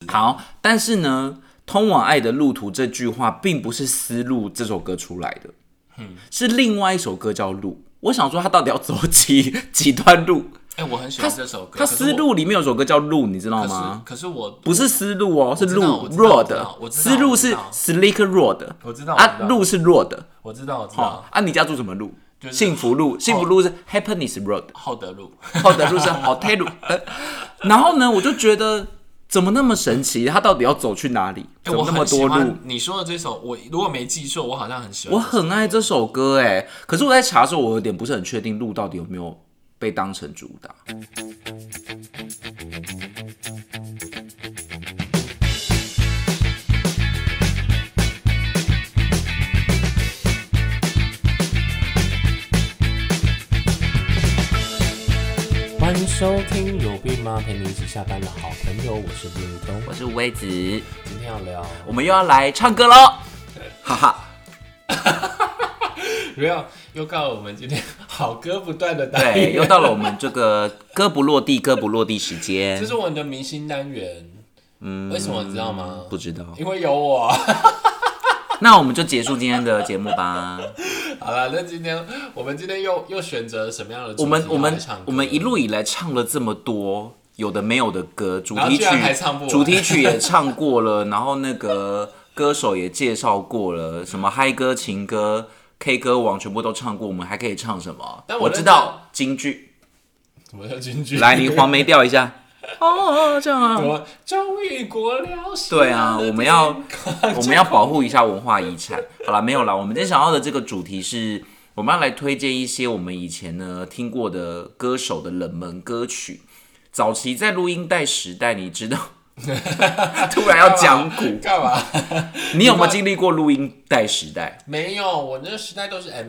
好，但是呢，通往爱的路途这句话并不是丝路这首歌出来的，是另外一首歌叫路。我想说他到底要走几段路？ 我很喜欢这首歌。 他丝路里面有首歌叫路，你知道吗？ 可是我不是丝路哦，是路 road。丝路是 slick road， 我知道路是 road。 我知道。 你家住什么路？幸福路，幸福路是 happiness road。 厚德路， 厚德路是好泰路。然后呢，我就觉得怎么那么神奇？他到底要走去哪里？怎么那么多路？ 你说的这首，我如果没记错，我好像很喜欢。 我很爱这首歌哎，可是我在查的时候，我有点不是很确定路到底有没有被当成主打。 欢迎收听有病吗？陪你一起下班的好朋友，我是林宇东， 我是威子。 今天要聊， 我们又要来唱歌喽，哈哈。 没有，又到了我们今天好歌不断的单元， 对，又到了我们这个歌不落地时间。 这是我们的明星单元。为什么你知道吗？ 不知道， 因为有我。 那我们就结束今天的节目吧。 好了，那我们今天又选择了什么样的主题？ 我们一路以来唱了这么多有的没有的歌，主题曲也唱过了，然后那个歌手也介绍过了，什么嗨歌、情歌、K 歌王全部都唱过，我们还可以唱什么？我知道京剧。 什么叫京剧？ 来，你黄梅调一下。哦，这样啊！ 我终于过了。 对啊，我们要保护一下文化遗产。好了，没有啦，我们今天想要的这个主题是，我们要来推荐一些我们以前呢听过的歌手的冷门歌曲。早期在录音带时代，你知道，突然要讲古干嘛？ 你有没有经历过录音带时代？ 没有，我那个时代都是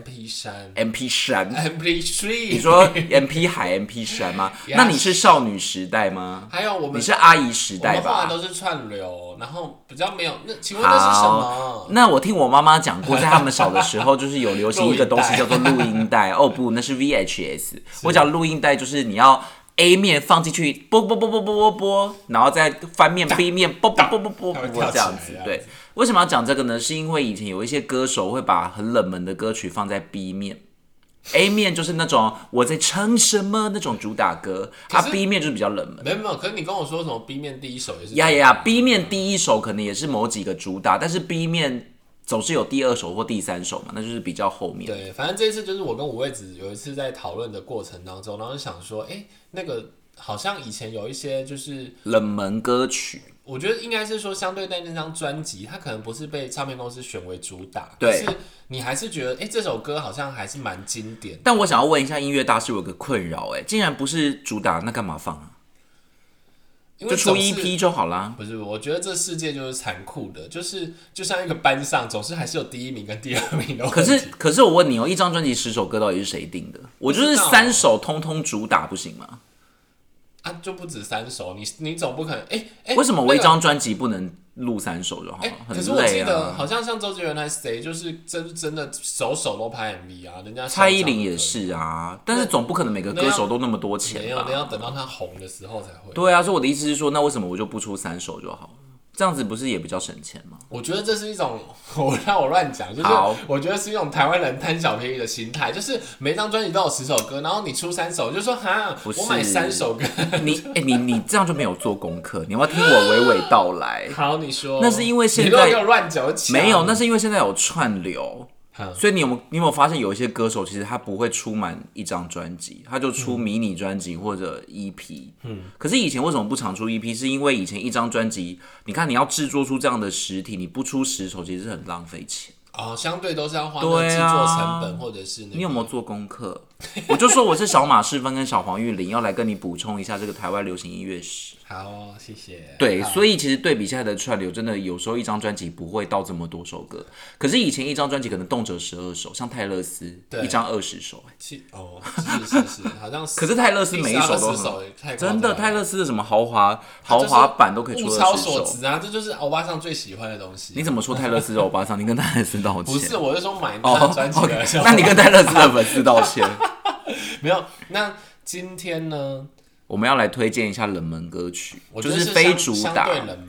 MP3。 你说 MP 海 MP3 吗？那你是少女时代吗？ 还有你是阿姨时代吧？ 我们后来都是串流，然后比较没有。那请问那是什么？ 那我听我妈妈讲过，在他们小的时候，就是有流行一个东西叫做录音带。哦不，那是 VHS。我讲录音带就是你要。A 面放进去，播，然后再翻面 B 面，播这样子。对，为什么要讲这个呢？是因为以前有一些歌手会把很冷门的歌曲放在 B 面，A 面就是那种我在唱什么那种主打歌，B 面就是比较冷门。 没有，可是你跟我说什么 B 面第一首也是 B 面第一首可能也是某几个主打，但是 B 面。总是有第二首或第三首嘛，那就是比较后面。 对，反正这一次就是我跟五位子有一次在讨论的过程当中，然后就想说，那个好像以前有一些就是冷门歌曲， 我觉得应该是说相对在那张专辑，它可能不是被唱片公司选为主打， 对， 可是你还是觉得，这首歌好像还是蛮经典的。 但我想要问一下音乐大师，有个困扰，竟然不是主打，那干嘛放啊？就出 EP 就好啦。 不是，我觉得这世界就是残酷的，就像一个班上，总是还是有第一名跟第二名的问题。 可是我问你一张专辑10首歌到底是谁定的？我就是3首通通主打不行吗？ 就不止3首，你总不可能为什么我一张专辑不能录3首就好？很累啊。 可是我记得好像周杰伦还是谁，就是真的首都拍 MV 啊，人家蔡依林也是啊，但是总不可能每个歌手都那么多钱吧？ 没有，你要等到他红的时候才会。 对啊，所以我的意思是说，那为什么我就不出3首就好了？这样子不是也比较省钱吗？ 我觉得这是一种，让我乱讲，就是我觉得是一种台湾人贪小便宜的心态，就是每张专辑都有10首歌，然后你出3首，就说哈，我买3首歌。 你这样就没有做功课，你要不要听我娓娓道来？ 好，你说。 那是因为现在你都没有乱讲， 没有，那是因为现在有串流。所以你有没有发现有一些歌手其实他不会出满一张专辑，他就出迷你专辑或者 EP。可是以前为什么不常出 EP？ 是因为以前一张专辑，你看你要制作出这样的实体，你不出10首其实是很浪费钱。 相对都是要花那制作成本，或者是你有没有做功课？我就说我是小马世芬跟小黄玉玲，要来跟你补充一下这个台湾流行音乐史。 好，谢谢。 对，所以其实对比现在的串流，真的有时候一张专辑不会到这么多首歌，可是以前一张专辑可能动辄12首，像泰勒斯一张20首。 是，好像是。 可是泰勒斯每一首都很真的，泰勒斯的什么豪华版都可以出20首。物超所值啊，这就是欧巴桑最喜欢的东西。 你怎么说泰勒斯的欧巴桑？你跟泰勒斯道歉。 不是，我是说买他专辑的。 那你跟泰勒斯的粉丝道歉。 没有，那今天呢？ 我们要来推荐一下冷门歌曲， 我觉得就是非主打， 相对冷门啊。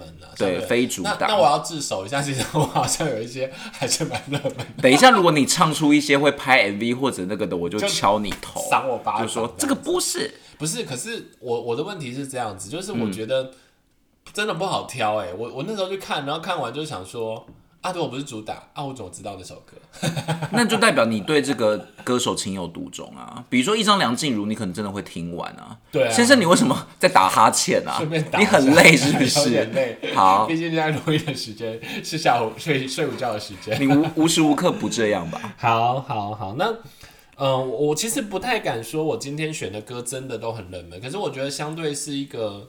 对，非主打。 那我要自首一下，其实我好像有一些还是蛮热门的。 等一下，如果你唱出一些会拍 MV 或者那个的，我就敲你头， 赏我巴掌， 就说这个不是。 可是我的问题是这样子，就是我觉得真的不好挑我那时候去看，然后看完就想说。对，我不是主打我怎么知道这首歌？ 那就代表你对这个歌手情有独钟啊。比如说一张梁静茹，你可能真的会听完啊。 对啊， 先生，你为什么在打哈欠啊？你很累是不是？ 有点累。 好， 毕竟现在录音的时间是下午睡午觉的时间。 你无时无刻不这样吧？ 好，那我其实不太敢说，我今天选的歌真的都很冷门。可是我觉得相对是一个，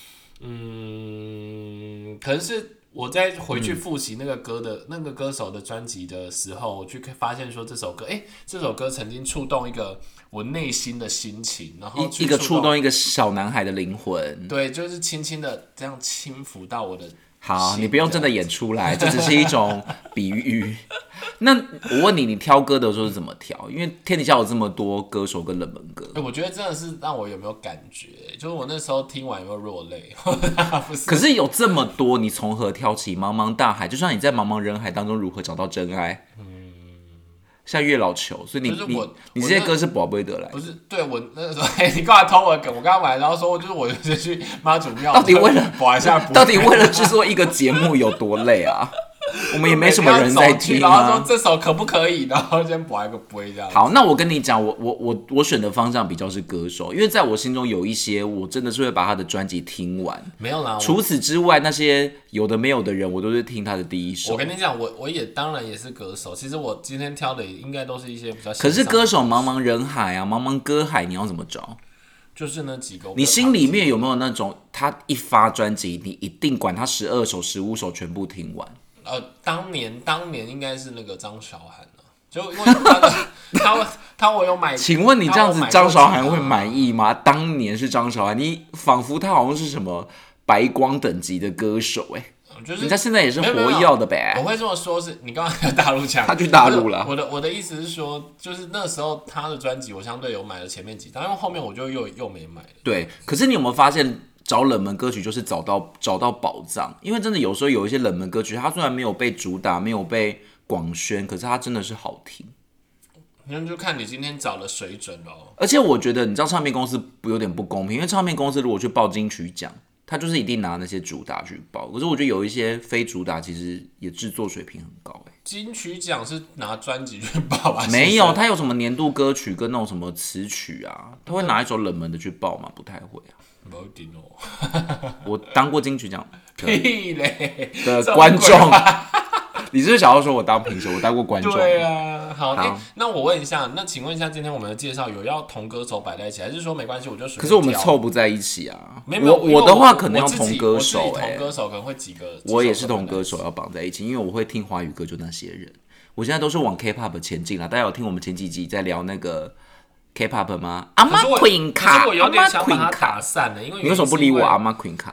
可能是。我在回去复习那个歌手的专辑的时候，我去发现说这首歌曾经触动一个我内心的心情，然后一个触动一个小男孩的灵魂。 对，就是轻轻的这样轻抚到我的。 好，你不用真的演出来，这只是一种比喻。那我问你，你挑歌的时候是怎么挑？因为天底下有这么多歌手跟冷门歌， 我觉得真的是让我有没有感觉，就是我那时候听完有没有落泪？ 可是有这么多，你从何挑起？茫茫大海，就像你在茫茫人海当中如何找到真爱？像月老球，所以你这些歌是宝贝得来。 不是，对我那个时候，你干嘛偷我的梗？我刚刚买，然后说就是我就去妈祖庙， 到底为了保一下， 到底为了制作一个节目有多累啊？我们也没什么人在听然后说这首可不可以？然后先保一个杯这样。 好，那我跟你讲，我选的方向比较是歌手，因为在我心中有一些我真的是会把他的专辑听完。 没有啦。 除此之外，那些有的没有的人，我都是听他的第一首。 我跟你讲，我也当然也是歌手。其实我今天挑的应该都是一些比较。 可是歌手茫茫人海啊，茫茫歌海，你要怎么找？ 就是那几个。 你心里面有没有那种他一发专辑，你一定管他12首、15首全部听完？ 当年应该是那个张韶涵啊，就因为他我有买。 请问你这样子张韶涵会满意吗？当年是张韶涵，你仿佛他好像是什么白光等级的歌手就是人家现在也是活跃的呗。 我会这么说是，你刚刚有大陆腔， 他去大陆了。 我的意思是说，就是那时候他的专辑我相对有买了前面几张，因为后面我就又没买了。 对，可是你有没有发现？找冷门歌曲就是找到宝藏，因为真的有时候有一些冷门歌曲，它虽然没有被主打，没有被广宣，可是它真的是好听。 那就看你今天找的水准咯。 而且我觉得，你知道唱片公司有点不公平，因为唱片公司如果去报金曲奖，他就是一定拿那些主打去报。可是我觉得有一些非主打，其实也制作水平很高金曲奖是拿专辑去报吧？ 没有，他有什么年度歌曲跟那种什么词曲啊，他会拿一首冷门的去报吗？不太会啊。 没一定哦。 我当过金曲奖屁嘞的观众。你是不是想要说我当评审？我当过观众。 对啊，好，那我问一下，那请问一下，今天我们的介绍有要同歌手摆在一起，还是说没关系，我就随便挑？ 可是我们凑不在一起啊。 没有， 我的话可能要同歌手， 同歌手可能会几个。 我也是同歌手要绑在一起，因为我会听华语歌，就那些人。我现在都是往 K-pop 前进了。大家有听我们前几集在聊那个 K-pop 吗？阿妈 Queen 卡， 可是我有点想把它打散了，因为你为什么不理我阿妈 Queen 卡？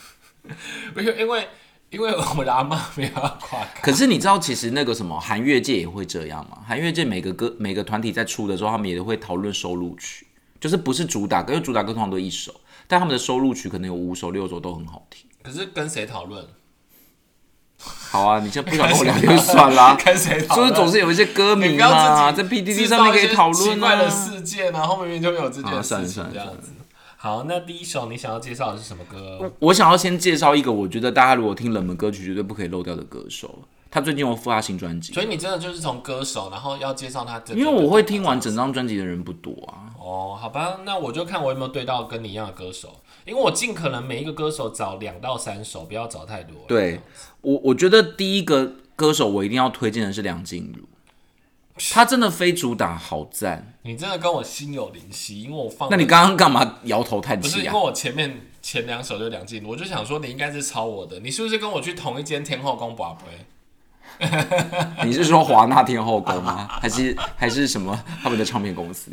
因为我的阿嬷没有要跨卡。 可是你知道，其实那个什么韩乐界也会这样吗？韩乐界每个团体在出的时候，他们也会讨论收录曲，就是不是主打歌，因为主打歌通常都一首，但他们的收录曲可能有5首、6首都很好听。 可是跟谁讨论？ 好啊，你现在不想跟我聊就算啦。 跟谁讨论？ 就是总是有一些歌迷啊，在 PTT 上面可以讨论啊。 奇怪的事件啊，后面明明就没有这件事情， 算了这样子。好，那第一首你想要介绍的是什么歌？ 我想要先介绍一个，我觉得大家如果听冷门歌曲绝对不可以漏掉的歌手。他最近有发新专辑， 所以你真的就是从歌手，然后要介绍他。 因为我会听完整张专辑的人不多啊。 哦，好吧，那我就看我有没有对到跟你一样的歌手，因为我尽可能每一个歌手找2到3首，不要找太多。 对，我觉得第一个歌手我一定要推荐的是梁静茹。他真的非主打好赞， 你真的跟我心有灵犀，因为我放。 那你刚刚干嘛摇头叹气啊？ 不是，因为我前2首就梁静茹，我就想说你应该是抄我的，你是不是跟我去同一间天后宫拔杯？ 你是说华纳天后宫吗？还是什么他们的唱片公司？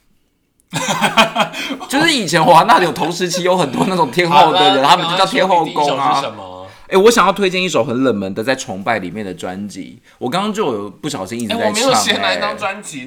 就是以前华纳有同时期有很多那种天后的人，他们就叫天后宫啊。 什么？ 我想要推荐一首很冷门的在崇拜里面的专辑，我刚刚就有不小心一直在唱。 我没有写哪一张专辑呢？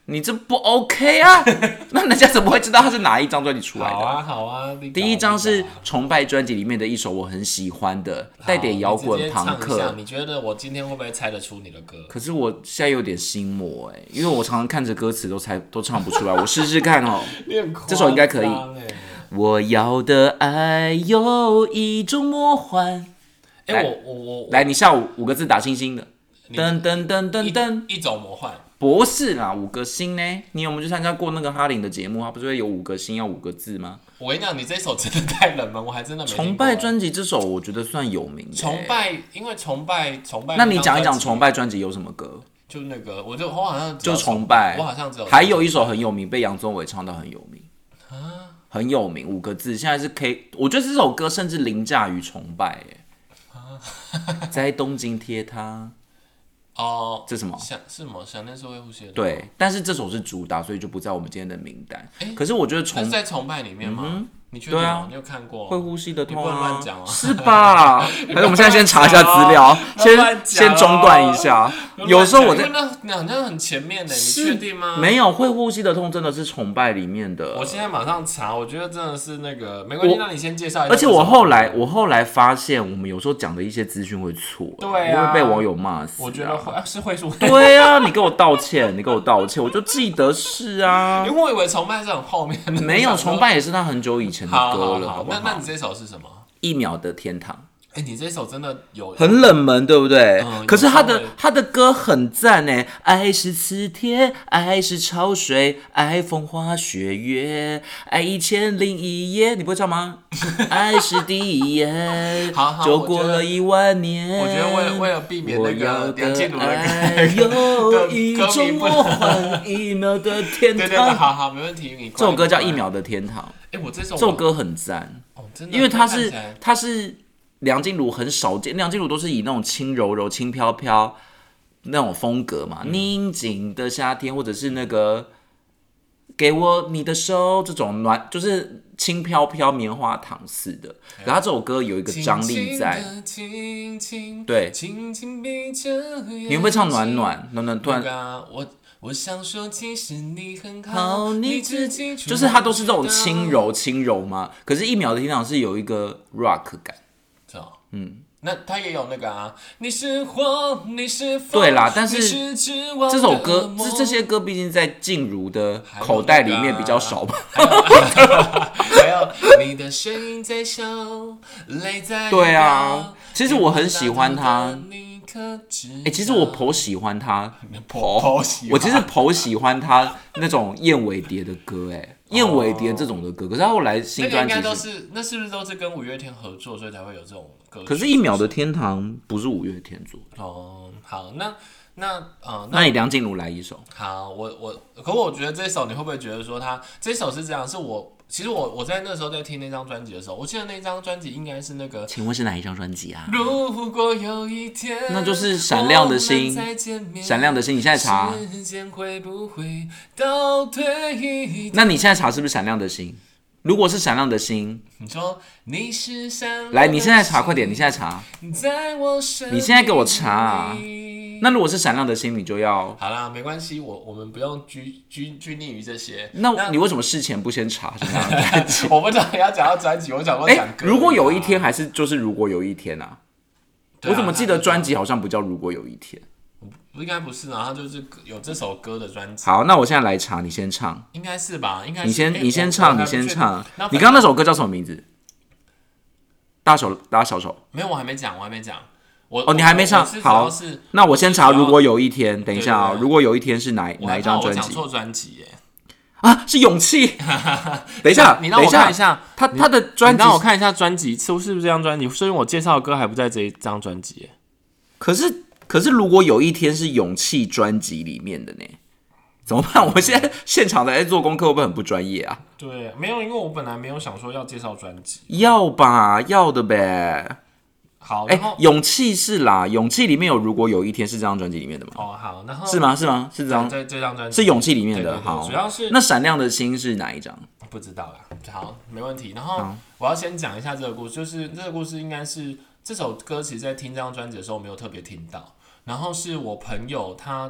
你这不 OK 啊？那人家怎么会知道他是哪一张专辑出来的？ 好啊，好啊。 第一张是《崇拜》专辑里面的一首我很喜欢的，带点摇滚朋克。 你觉得我今天会不会猜得出你的歌？ 可是我现在有点心魔因为我常常看着歌词都唱不出来。我试试看哦，这首应该可以。我要的爱有一种魔幻。来，你下5个字打星星的。噔噔噔噔噔， 一种魔幻。 不是啦，5个星呢？你有没有去参加过那个哈林的节目？他不是会有5个星，要5个字吗？ 我跟你讲，你这首真的太冷门，我还真的没听过。 崇拜专辑这首我觉得算有名的。 崇拜，因为崇拜。 那你讲一讲崇拜专辑有什么歌？ 就那个，我好像就崇拜， 我好像只有。 还有一首很有名，被杨宗纬唱到很有名很有名，5个字。现在是 K， 我觉得这首歌甚至凌驾于崇拜在东京铁塔。这什么？是什么？想念是会呼吸的。对，但是这首是主打，所以就不在我们今天的名单。可是我觉得是在崇拜里面吗？你确定吗？你有看过会呼吸的痛你不能乱讲是吧？还是我们现在先查一下资料，先中断一下。有时候我在那好像很前面的，你确定吗？ 没有，会呼吸的痛真的是崇拜里面的。 我现在马上查，我觉得真的是那个没关系，那你先介绍一下。 而且我后来发现，我们有时候讲的一些资讯会错， 对啊， 因为被网友骂死。 我觉得是会说。 对啊，你给我道歉，我就记得是啊。 因为我以为崇拜是很后面的， 没有，崇拜也是他很久以前的歌了。好， 那你这首是什么 ？1秒的天堂。 你这首真的很冷门，对不对？可是他的歌很赞哎，爱是磁铁，爱是潮水，爱风花雪月，爱1001夜，你不会唱吗？爱是第一眼，就过了10000年。 我觉得为了避免那个梁静茹的爱有一种魔幻，1秒的天堂。 对，好，没问题。 这首歌叫1秒的天堂。 这首歌很赞， 真的， 因为它是。梁静茹很少见，梁静茹都是以那种轻柔柔、轻飘飘那种风格嘛，宁静的夏天，或者是那个给我你的手这种暖，就是轻飘飘棉花糖似的。然后这首歌有一个张力在，对，你会不会唱暖暖？突然。 我想说，其实你很好， 你自己就是它都是这种轻柔嘛。可是1秒的天堂是有一个 rock 感。 那他也有那个啊，你是火，你是风， 对啦，但是这首歌这些歌毕竟在静茹的口袋里面比较少吧。 还有你的声音在笑，泪在对啊，其实我很喜欢他。其实我颇喜欢他，我其实颇喜欢他那种燕尾蝶的歌，燕尾蝶这种的歌。可是他后来新专辑那是不是都是跟五月天合作，所以才会有这种歌曲？ 可是1秒的天堂不是五月天做的。 好， 那你梁静茹来一首。 好，可我觉得这首你会不会觉得说他这首是这样？其实我在那时候在听那张专辑的时候，我记得那张专辑应该是那个， 请问是哪一张专辑啊？ 如果有一天， 那就是闪亮的星，闪亮的星。你现在查， 时间会不会倒退？ 那你现在查是不是闪亮的星？如果是闪亮的星， 你说你是闪亮的星， 来，你现在查，快点，你现在查，你现在给我查。那如果是闪亮的星，你就要好啦，没关系，我们不用拘泥于这些。 那你为什么事前不先查什么样的专辑？ 我不知道你要讲到专辑，我想说讲歌。 如果有一天，还是就是如果有一天啊？我怎么记得专辑好像不叫如果有一天？ 应该不是啊，他就是有这首歌的专辑。 好，那我现在来查，你先唱。 应该是吧？应该是你先唱，你先唱。你刚刚那首歌叫什么名字？大小手。 没有，我还没讲。 你还没唱。好，那我先查。如果有一天，等一下啊，如果有一天是哪一张专辑？ 我讲错专辑耶。 是勇气。等一下， 你让我看一下他的专辑。 让我看一下专辑是不是这张专辑？所以我介绍的歌还不在这一张专辑耶。 可是，如果有一天是勇气专辑里面的呢？怎么办？我们现在现场在做功课，会不会很不专业啊？ 对，没有，因为我本来没有想说要介绍专辑。 要吧，要的呗。 好， 勇气是啦，勇气里面有如果有一天是这张专辑里面的吗？ 好，然后是吗？是这张专辑是勇气里面的。 对， 好， 主要是那闪亮的星是哪一张？ 不知道啦。好，没问题。然后我要先讲一下这个故事，就是这个故事应该是这首歌，其实在听这张专辑的时候没有特别听到，然后是我朋友他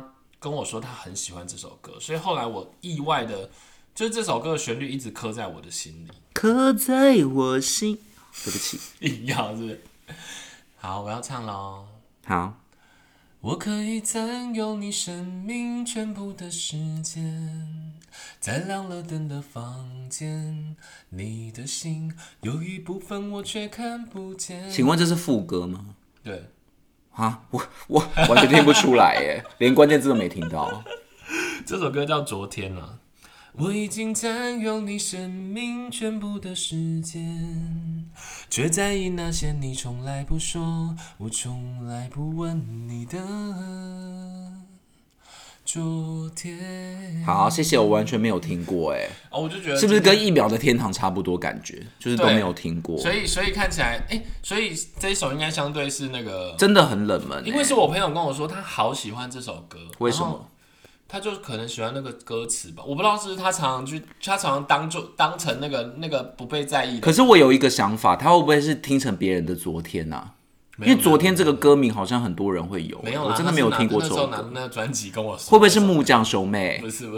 跟我说他很喜欢这首歌，所以后来我意外的，就是这首歌的旋律一直刻在我的心里， 刻在我心。对不起， 硬要是不是？好，我要唱喽。 好。 我可以占有你生命全部的时间，在亮了灯的房间，你的心有一部分我却看不见。 请问这是副歌吗？ 对。 啊，我完全听不出来耶，连关键字都没听到。 这首歌叫《昨天》啊。我已经占有你生命全部的时间，却在意那些你从来不说，我从来不问你的昨天。 好，谢谢，我完全没有听过哎。 我就觉得是不是跟1秒的天堂差不多感觉？就是都没有听过。 所以看起来，所以这一首应该相对是那个真的很冷门， 因为是我朋友跟我说他好喜欢这首歌， 为什么？ 他就可能喜欢那个歌词吧，我不知道是不是他常常当成那个不被在意的。 可是我有一个想法，他会不会是听成别人的昨天啊？因为昨天这个歌名好像很多人会有， 没有啦， 我真的没有听过这首歌。 那时候拿那个专辑跟我说， 会不会是木匠兄妹？ 不是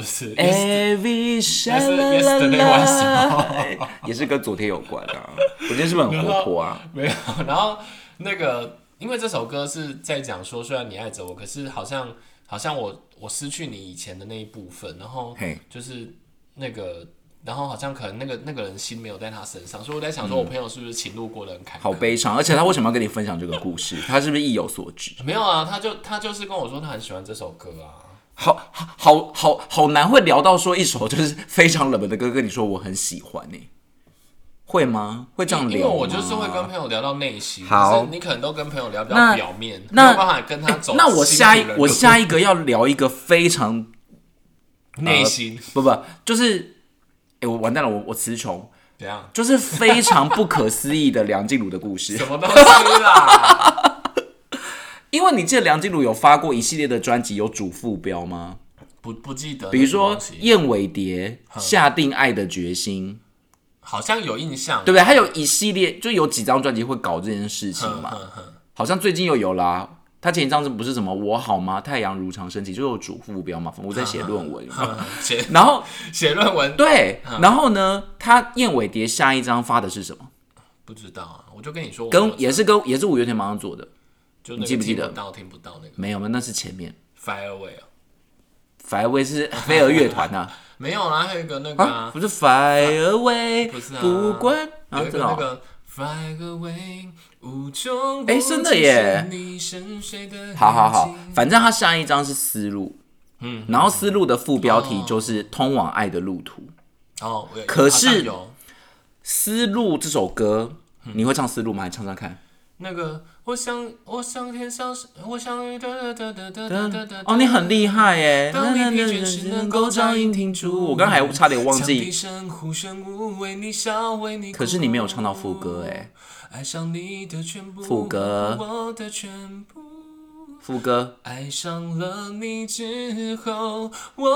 ，Every Yesterday 晚上也是跟昨天有关啊。我今天是不是很活泼啊？ 没有，然后那个因为这首歌是在讲说，虽然你爱着我，可是好像我失去你以前的那一部分，然后就是那个，然后好像可能那个人心没有在他身上，所以我在想说，我朋友是不是情路过得很坎坷？ 好悲伤，而且他为什么要跟你分享这个故事？他是不是意有所指？ 没有啊，他就是跟我说他很喜欢这首歌啊。 好难会聊到说一首就是非常冷门的歌，跟你说我很喜欢呢。会吗？会这样聊吗？ 因为我就是会跟朋友聊到内心， 好， 你可能都跟朋友聊比较表面，没有办法跟他走。 那我下一个要聊一个非常内心， 不，就是我完蛋了，我词穷， 怎样？ 就是非常不可思议的梁静茹的故事。 什么东西啦？ 因为你记得梁静茹有发过一系列的专辑，有主副标吗？ 不记得。 比如说燕尾蝶下定爱的决心。 好像有印象， 对不对？他有一系列，就有几张专辑会搞这件事情嘛。好像最近又有啦。他前一张不是什么我好吗？太阳如常升起，就有主副标嘛。我在写论文，然后写论文。 对，然后呢，他燕尾蝶下一张发的是什么？ 不知道啊，我就跟你说， 也是五月天马上做的， 就你记不记得？ 听不到那个没有，那是前面。 Fire Away 啊 ，Fire Away 是飞儿乐团啊。 没有啦，还有一个那个不是 Fire Away， 不是啊， 不管有一个那个 Fire Away， 无穷真的耶！好，反正他下一张是丝路，然后丝路的副标题就是通往爱的路途。可是丝路这首歌，你会唱丝路吗？你唱唱看。 那个我想天上我想哦，你很厉害耶！能够掌音听出，我刚才还差点忘记。可是你没有唱到副歌哎。副歌。 爱上了你之后，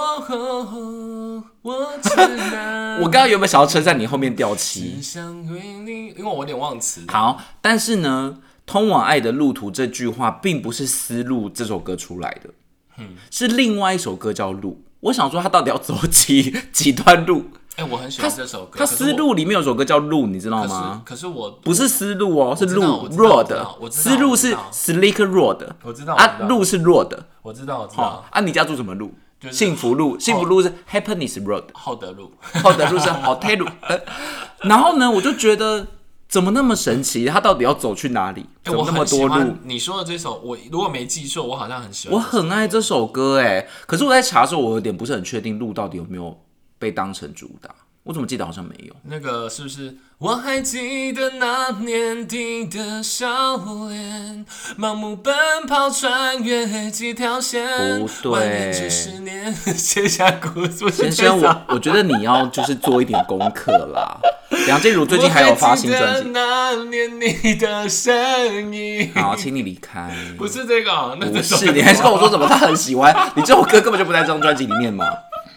我刚刚原本想要称赞你后面掉七， 因为我有点忘词。 好，但是呢，通往爱的路途这句话并不是丝路这首歌出来的，是另外一首歌叫路。我想说他到底要走几段路？ 我很喜欢这首歌。 他丝路里面有首歌叫路，你知道吗？ 可是我不是丝路哦，是路 road。丝路是 slick road， 我知道路是 road。 我知道。 你家住什么路？幸福路是 happiness road。 厚德路是好泰路。然后呢，我就觉得怎么那么神奇？他到底要走去哪里？怎么那么多路？ 你说的这首，我如果没记错，我好像很喜欢。 我很爱这首歌哎，可是我在查的时候，我有点不是很确定路到底有没有被当成主打。我怎么记得好像没有？ 那个是不是？我还记得那年底的笑脸，盲目奔跑穿越几条线。 不对， 这10年写下故事。 先生，我觉得你要就是做一点功课啦。梁静茹最近还有发新专辑。 那年你的声音。 好，请你离开。 不是这个， 不是，你还是跟我说什么？他很喜欢你这首歌，根本就不在这张专辑里面嘛。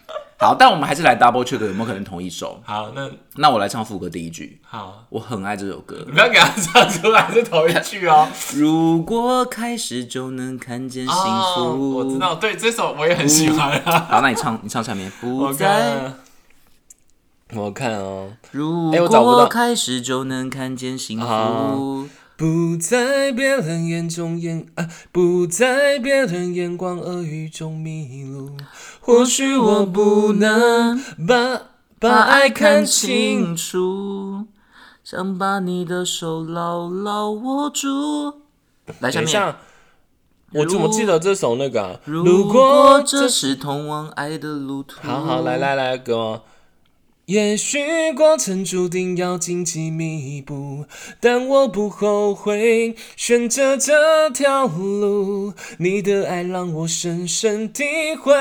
好，但我们还是来 double check 有没有可能同一首。 好， 那我来唱副歌第一句。 好， 我很爱这首歌。 你不要给他唱出来是同一句哦。 如果开始就能看见幸福， 我知道，对，这首我也很喜欢啊。 好，那你唱下面。不再， 我看哦。 如果开始就能看见幸福。 不在别人眼中不在别人眼光耳语中迷路。或许我不能把爱看清楚，想把你的手牢牢握住。 来下面， 我怎么记得这首那个如果这是通往爱的路途。 好，来哥。也许过程注定要荆棘密布，但我不后悔选择这条路。你的爱让我深深体会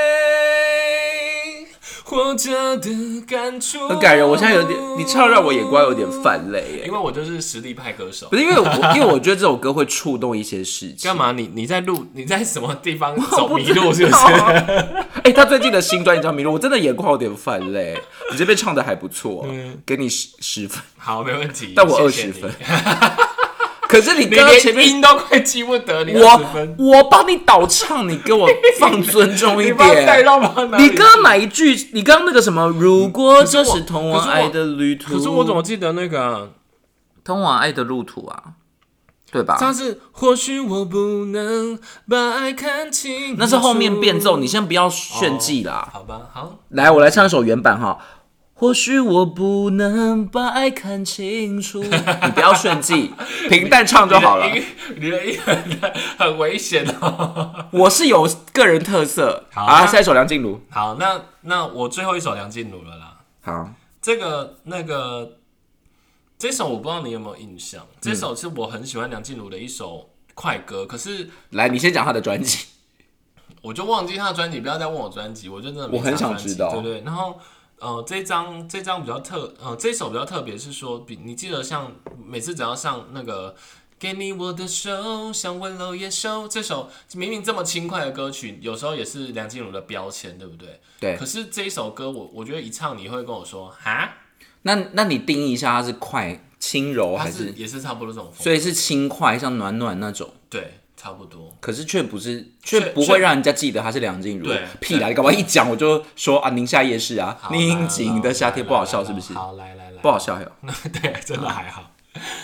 活着的感触。 很感人，我现在有点，你唱让我眼光有点泛泪耶。 因为我就是实力派歌手， 不是因为我觉得这首歌会触动一些事情。 干嘛？你在什么地方走迷路是不是？ 他最近的新专辑叫《迷路》，我真的眼眶有点泛泪。你这边唱的还不错，给你10分。 好，没问题。 但我20分。可是你刚刚前面音都快记不得，你20分。 我帮你导唱，你给我放尊重一点。 你刚刚哪一句？你刚刚那个什么？如果这是通往爱的旅途。 可是我怎么记得那个通往爱的路途啊？对吧？ 但是或许我不能把爱看清楚。 那是后面变奏，你先不要炫技啦。 好吧，好。 来，我来唱一首原版哈。或许我不能把爱看清楚，你不要炫技，平淡唱就好了。 你的音很危险哦。 我是有个人特色。好，下一首梁静茹。 好，那我最后一首梁静茹了啦。 好， 这首我不知道你有没有印象，这首是我很喜欢梁静茹的一首快歌，可是来，你先讲她的专辑， 我就忘记她的专辑，不要再问我专辑，我就真的我很想知道， 对对。然后这张比较这首比较特别，是说你记得像每次只要上那个。给你我的手，像温柔野兽。这首明明这么轻快的歌曲，有时候也是梁静茹的标签，对不对？ 对。 可是这一首歌，我觉得一唱你会跟我说哈。 那你定义一下，它是快、轻柔还是？ 也是差不多这种风格。 所以是轻快，像暖暖那种。 对，差不多。 可是却不会让人家记得它是梁静茹。 对， 屁啦！你干嘛一讲我就说啊，宁夏夜市啊，宁静的夏天不好笑是不是？ 好，来， 不好笑哟。 对，真的还好。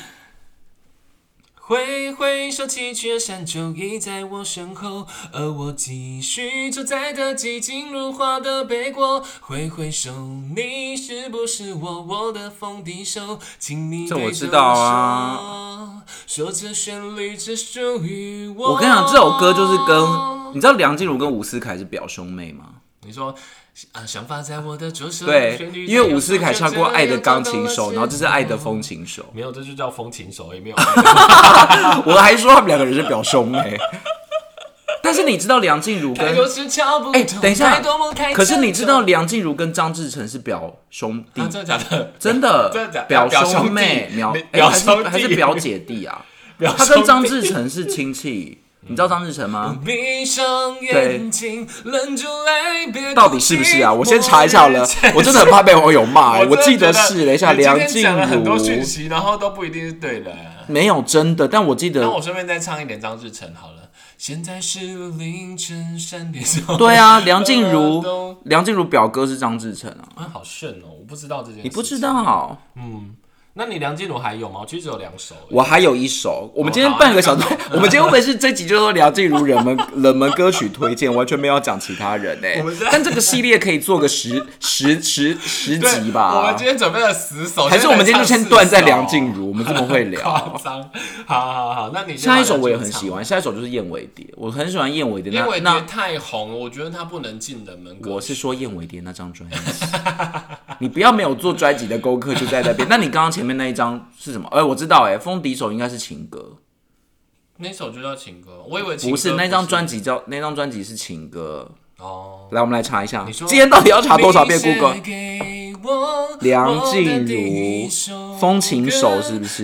挥挥手，崎岖的山就已在我身后，而我继续走在这寂静如画的背过。挥挥手，你是不是我的风笛手？请你对着我说， 这我知道啊。 说这旋律只属于我。 我跟你讲，这首歌就是你知道梁静茹跟伍思凯是表兄妹吗？ 你说。想法在我的左手。 对，因为伍思凯唱过《爱的钢琴手》，然后这是《爱的风琴手》。 没有，这就叫风琴手，也没有。 我还说他们两个人是表兄妹。但是你知道梁静茹跟等一下，可是你知道梁静茹跟张志成是表兄弟？ 真的假的？ 真的，表兄妹，还是表姐弟啊？他跟张志成是亲戚。你知道张志成吗？对，到底是不是啊？我先查一下好了，我真的很怕被网友骂。我记得是，等一下，梁静茹很多讯息，然后都不一定是对的。 没有真的，但我记得。 那我顺便再唱一点张志成好了。现在是凌晨3点钟。 对啊，梁静茹表哥是张志成啊。 好炫哦！我不知道这件事。 你不知道？ 那你梁静茹还有吗？其实只有2首。 我还有1首。我们今天半个小时，我们今天会不会是这集就说梁静茹冷门歌曲推荐，完全没有讲其他人但这个系列可以做个10集吧。 我们今天准备了10首， 还是我们今天就先断在梁静茹？我们这么会聊。 夸张。好，那你下一首我也很喜欢，下一首就是燕尾蝶，我很喜欢燕尾蝶。 燕尾蝶太红了，我觉得它不能进冷门歌曲。 我是说燕尾蝶那张专辑。你不要没有做专辑的功课就在那边。那你刚刚前面那一张是什么？我知道风笛手应该是情歌。 那首就叫情歌，我以为情歌不是那张专辑是情歌。 哦， 来，我们来查一下，今天到底要查多少遍 Google？ 梁静茹，风琴手是不是？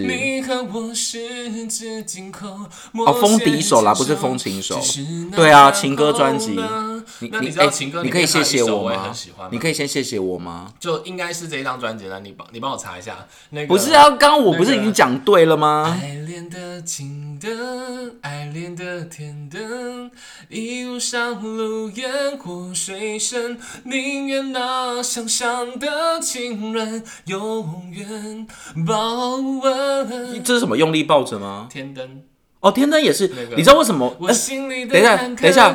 哦，风笛手啦，不是风琴手。对啊，情歌专辑。 那你知道情歌你可以谢谢我吗？ 你可以先谢谢我吗？ 就应该是这一张专辑了，你帮我查一下。那个不是啊，刚刚我不是已经讲对了吗？ 爱恋的情灯，爱恋的天灯，一路上路烟火水声，宁愿那想象的情人永远保温。 这是什么？用力抱着吗？ 天灯。 哦，天灯也是，你知道为什么？等一下，等一下，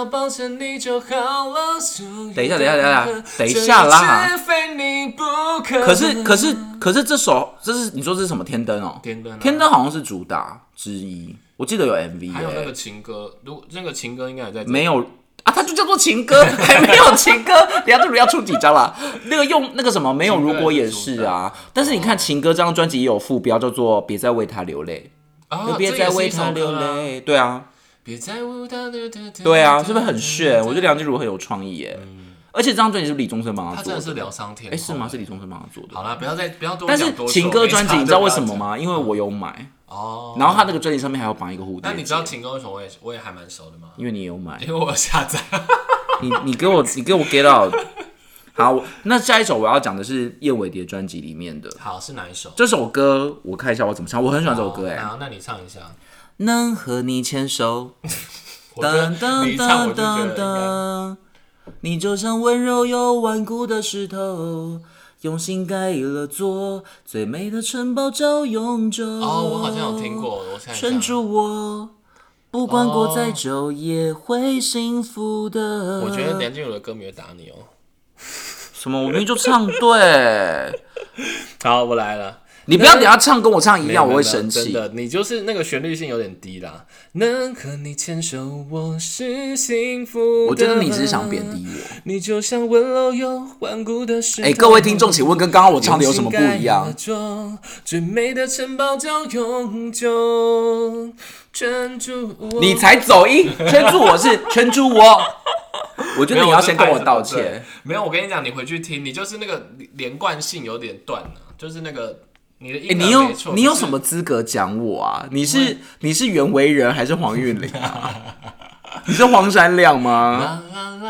等一下啦！可是这是你说这是什么天灯哦？ 天灯， 天灯好像是主打之一，我记得有 MV， 还有那个情歌，那个情歌应该也在没有啊？它就叫做情歌，还没有情歌，等一下这要出几张啦？那个用那个什么没有，如果也是啊。但是你看情歌这张专辑也有副标叫做别再为他流泪。别再为他流泪，对啊， 别再为他流泪， 对啊，是不是很炫？我觉得梁静茹很有创意耶，而且这张专辑是李宗盛帮他做的， 他真的是疗伤天后， 是吗？是李宗盛帮他做的。 好啦，不要多讲。 但是情歌专辑你知道为什么吗？因为我有买哦， 然后他那个专辑上面还要绑一个蝴蝶。 那你知道情歌为什么我也还蛮熟的吗？ 因为你也有买， 因为我有下载。 你给我 get out。好，那下一首我要讲的是叶伟蝶专辑里面的。 好，是哪一首？ 这首歌我看一下我怎么唱，我很喜欢这首歌好，那你唱一下。 能和你牵手， 噔噔噔噔噔， 你就像温柔又顽固的石头，用心盖了座最美的城堡叫永久。 哦，我好像有听过，我看一下。 圈住我，不管过再久也会幸福的。 我觉得梁静茹的歌迷会打你哦。 什么？我明明就唱对。 好，我来了。 你不要等下唱跟我唱一样，我会生气。 真的，你就是那个旋律性有点低啦。能和你牵手，我是幸福的。 我觉得你只是想贬低我。 你就像温柔又顽固的石头。 各位听众，请问跟刚刚我唱的有什么不一样？ 最美的城堡叫永久，圈住我。 你才走音，圈住我是圈住我。我觉得你要先跟我道歉。 没有，我跟你讲，你回去听，你就是那个连贯性有点断了，就是那个。你的音没错， 你有什么资格讲我啊？你是袁惟仁还是黄韵玲啊？你是黄山亮吗？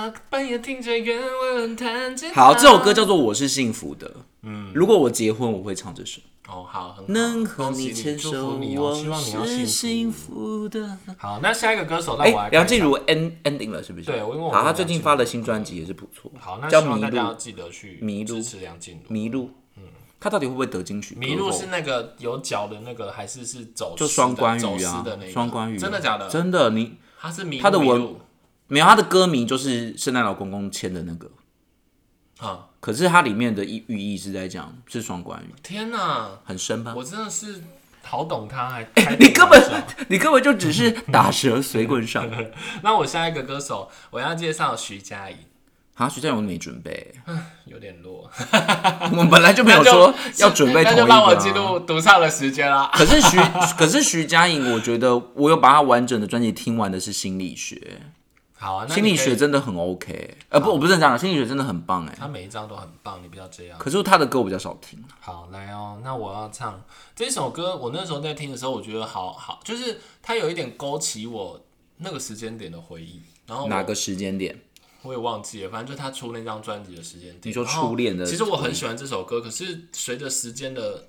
好，这首歌叫做《我是幸福的》。如果我结婚，我会唱这首。 哦，好，很好， 能和你牵手，我是幸福的。 好，那下一个歌手，让我来。 梁静茹 ending 了，是不是？ 对，因为我好，他最近发的新专辑也是不错。 好，那叫希望大家要迷记得去支持梁静茹。 迷路，他到底会不会得金曲？ 麋鹿是那个有脚的那个，还是走就双关语啊？ 双关语， 真的假的？ 真的， 他是麋鹿， 他的文没有，他的歌名就是圣诞老公公签的那个。可是它里面的寓意是在讲是双关语。 天哪， 很深吧？ 我真的是好懂他， 你根本就只是打蛇随棍上。 那我下一个歌手，我要介绍徐佳莹。 徐佳莹没准备， 有点弱。 我们本来就没有说要准备同一个， 那就让我进入独唱的时间啦。 可是徐佳莹，我觉得我有把她完整的专辑听完的是《心理学》。 好啊， 心理学真的很 OK， 我不是这样，心理学真的很棒哎， 他每一张都很棒，你不要这样。 可是他的歌我比较少听。 好，来哦，那我要唱这首歌。我那时候在听的时候，我觉得好，就是它有一点勾起我那个时间点的回忆。然后哪个时间点？ 我也忘记了，反正就是他出那张专辑的时间点。 你说初恋的？ 其实我很喜欢这首歌，可是随着时间的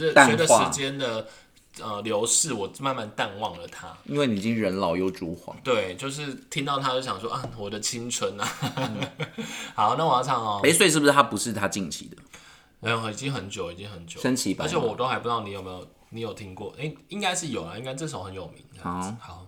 流逝，我慢慢淡忘了它。因为你已经人老又珠黄。 对，就是听到它就想说啊，我的青春啊。好，那我要唱哦。 所以是不是它不是他近期的？ 没有，已经很久。 升级版， 而且我都还不知道你有听过？应该是有啦，应该这首很有名。好。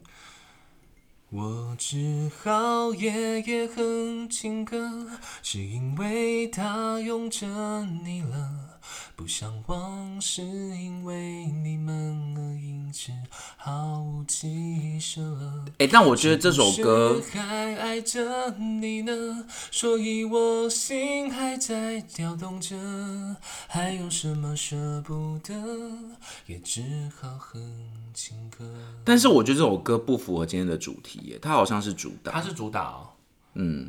我只好夜夜哼情歌，是因为它拥着你了。不想忘，是因为你们而因此毫无起色了。 但我觉得这首歌还爱着你呢，所以我心还在跳动着，还有什么舍不得，也只好哼情歌。 但是我觉得这首歌不符合今天的主题耶，它好像是主打。 它是主打哦。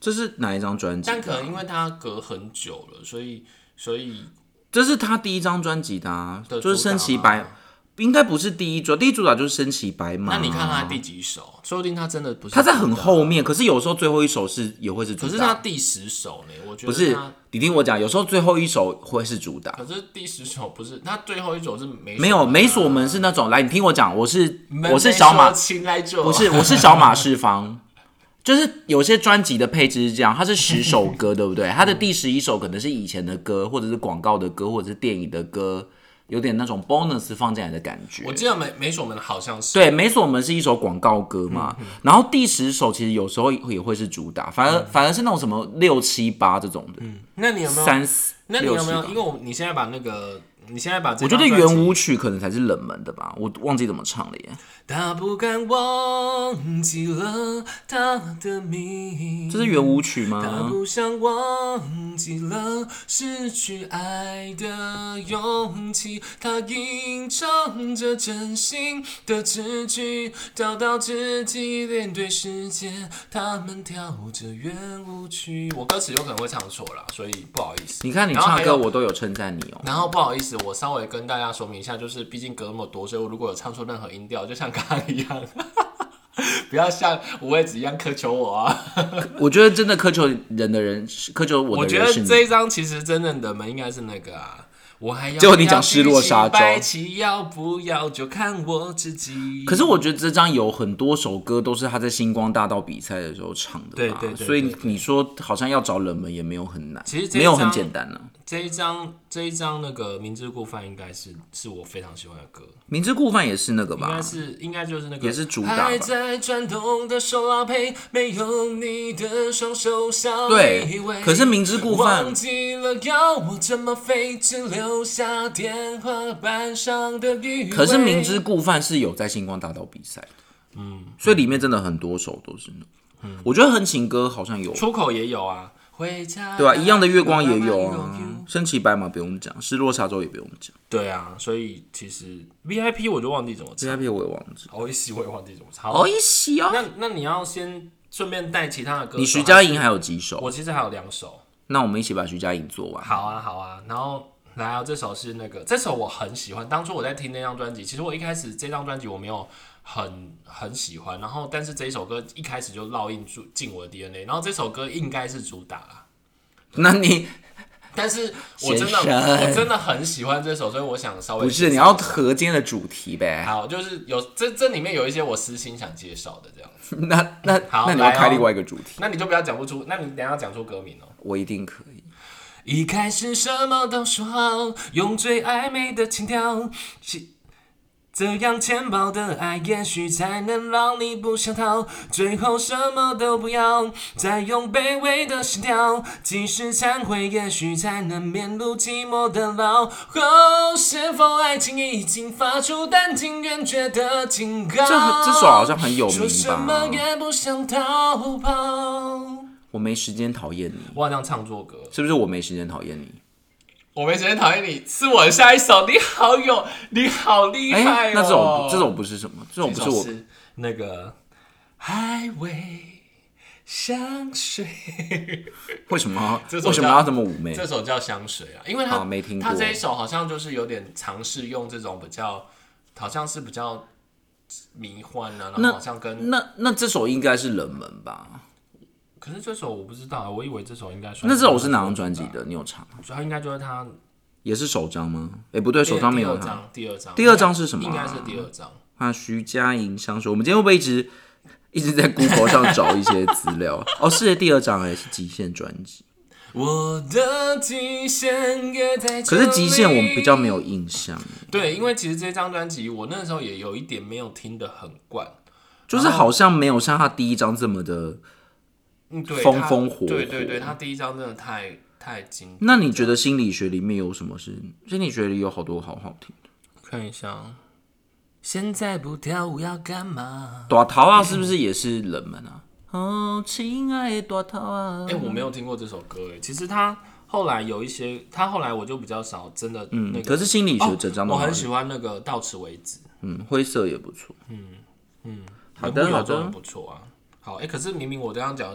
这是哪一张专辑？ 但可能因为他隔很久了，所以这是他第一张专辑的就是升旗白。 应该不是第一主打就是升旗白马。 那你看他第几首？说不定他真的不是。 他在很后面，可是有时候最后一首也会是主打。 可是他第10首呢？我觉得不是。你听我讲，有时候最后一首会是主打。 可是第10首不是，他最后一首是没有美锁门是那种。来，你听我讲，我是小马，不是，我是小马士方。就是有些专辑的配置是这样，它是10首歌，对不对？它的第11首可能是以前的歌，或者是广告的歌，或者是电影的歌。有点那种 bonus 放进来的感觉。 我记得美锁门好像是。 对，美锁门是一首广告歌嘛，然后第10首其实有时候也会是主打，反而是那种什么6、7、8这种的。 那你有没有 3、4？ 那你有没有？因为你现在把那个，你现在把我觉得圆舞曲可能才是冷门的吧，我忘记怎么唱了耶。 他不敢忘记了他的名， 这是圆舞曲吗？ 他不想忘记了失去爱的勇气，他吟唱着真心的字句，找到自己面对世界，他们跳着圆舞曲。我歌词有可能会唱错啦，所以不好意思。 你看你唱歌我都有称赞你哦。 然后不好意思，我稍微跟大家说明一下，就是毕竟隔那么多，所以我如果有唱错任何音调，就像刚刚一样，不要像五位子一样苛求我啊！ 我觉得真的苛求人的人，苛求我的人是你。 我觉得这一张其实真正的门应该是那个啊。我还要结果你讲失落沙洲， 要不要就看我自己。 可是我觉得这张有很多首歌都是他在星光大道比赛的时候唱的吧， 对， 所以你说好像要找冷门也没有很难， 其实没有很简单啊。 这一张那个明知故犯应该是我非常喜欢的歌。 明知故犯也是那个吧？ 应该就是那个， 也是主打吧。 还在转动的手拉胚，没有你的双手小对，可是明知故犯忘记了要我怎么飞，只留下电话板上的余味。 可是明知故犯是有在星光大道比赛的，所以里面真的很多首都是那个。我觉得横情歌好像有， 出口也有啊。 对啊，一样的月光也有啊，升旗白马不用讲，失落沙洲也不用讲。 对啊，所以其实 VIP 我就忘记怎么唱 ，VIP 我也忘记 ，OEC 我也忘记怎么唱。 OEC 啊， 那你要先顺便带其他的歌手。 你徐佳莹还有几首？ 我其实还有2首。 那我们一起把徐佳莹做完。 好啊，然后来啊，这首是那个，这首我很喜欢。当初我在听那张专辑，其实我一开始这张专辑我没有很喜欢，然后但是这一首歌一开始就烙印进我的 DNA， 然后这首歌应该是主打啦。 那你， 但是我真的很喜欢这首，所以我想稍微不是你要合今天的主题呗？ 好，就是有这里面有一些我私心想介绍的这样子。 那你要开另外一个主题， 那你就不要讲不出，那你等一下讲出歌名哦。 我一定可以。 一开始什么都说好，用最暧昧的情调。这样浅薄的爱，也许才能让你不想逃。最后什么都不要，再用卑微的心跳，即使忏悔，也许才能免入寂寞的牢。哦，是否爱情已经发出弹尽援绝的警告？ 这首好像很有名吧？ 说什么也不想逃跑。 我没时间讨厌你， 我好像唱错歌， 是不是？我没时间讨厌你。 我没时间讨厌你，是我的下一首。你好厉害哦！ 这首不是什么？这首不是我是那个海味香水。 为什么要这么妩媚？ 这首叫香水啊，因为他没听过。 他这一首好像就是有点尝试用这种比较，好像是比较迷幻啊，然后好像跟那这首应该是冷门吧？ 可是这首我不知道，我以为这首应该算。 那这首是哪张专辑的？你有查？ 所以它应该就是他， 也是首张吗？不对，首张没有他。 第二张是什么？ 应该是第2张。 徐佳莹香水。我们今天会不会一直在 Google 上找一些资料？是第2张是极限专辑。 我的极限也在这里。 可是极限我们比较没有印象。 对，因为其实这张专辑我那时候也有一点没有听得很惯， 就是好像没有像他第1张这么的。风风火火， 对，他第1张真的太经典。 那你觉得心理学里面有什么是？心理学里有好多好好听的。 看一下，现在不跳舞要干嘛？ 大头啊，是不是也是冷门啊？哦，亲爱的大头啊。 我没有听过这首歌其实他后来有一些，后来我就比较少真的那个。 可是心理学整张都我很喜欢那个到此为止。 灰色也不错。好的， 不错啊。好，可是明明我刚刚讲的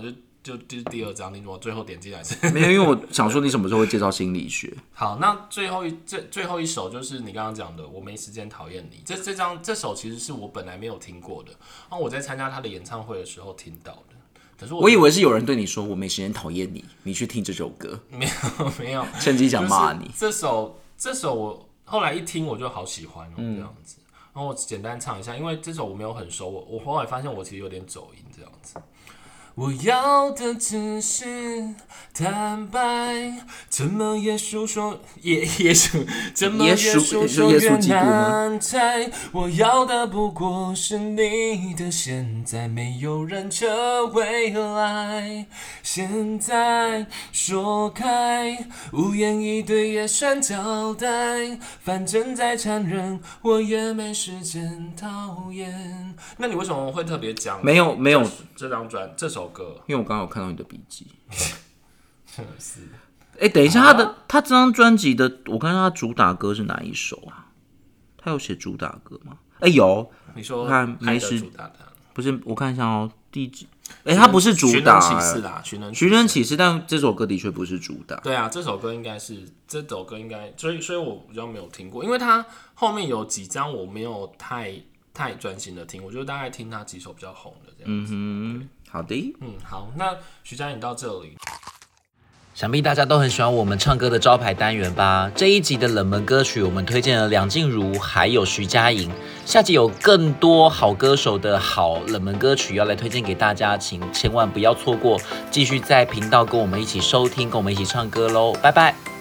就是第2章，你怎么最后点进来是？ 没有，因为我想说你什么时候会介绍心理学？ 好，那最后一首就是你刚刚讲的《我没时间讨厌你》这首其实是我本来没有听过的，然后我在参加他的演唱会的时候听到的。可是我以为是有人对你说我没时间讨厌你，你去听这首歌。 没有， 趁机想骂你。 这首我后来一听我就好喜欢这样子。然后我简单唱一下，因为这首我没有很熟，我后来发现我其实有点走音这样子。我要的只是坦白，怎么也诉说怎么也诉说越难猜。我要的不过是你的现在，没有人这未来。现在说开，无言以对也算交代，反正再残忍我也没时间讨厌。那你为什么会特别讲？ 没有这首歌， 因为我刚刚有看到你的笔记。 真的是。 等一下，他这张专辑的，我看他主打歌是哪一首啊？他有写主打歌吗？有。 你说我看没事主打的不是？我看一下哦，第几？他不是主打。寻人启事，但这首歌的确不是主打。 对啊，这首歌应该，所以我比较没有听过，因为他后面有几张我没有太专心的听，我就大概听他几首比较红的这样子。 好的。 好，那徐佳莹到这里。 想必大家都很喜欢我们唱歌的招牌单元吧？这一集的冷门歌曲，我们推荐了梁静茹还有徐佳莹。下集有更多好歌手的好冷门歌曲要来推荐给大家，请千万不要错过，继续在频道跟我们一起收听，跟我们一起唱歌喽！拜拜。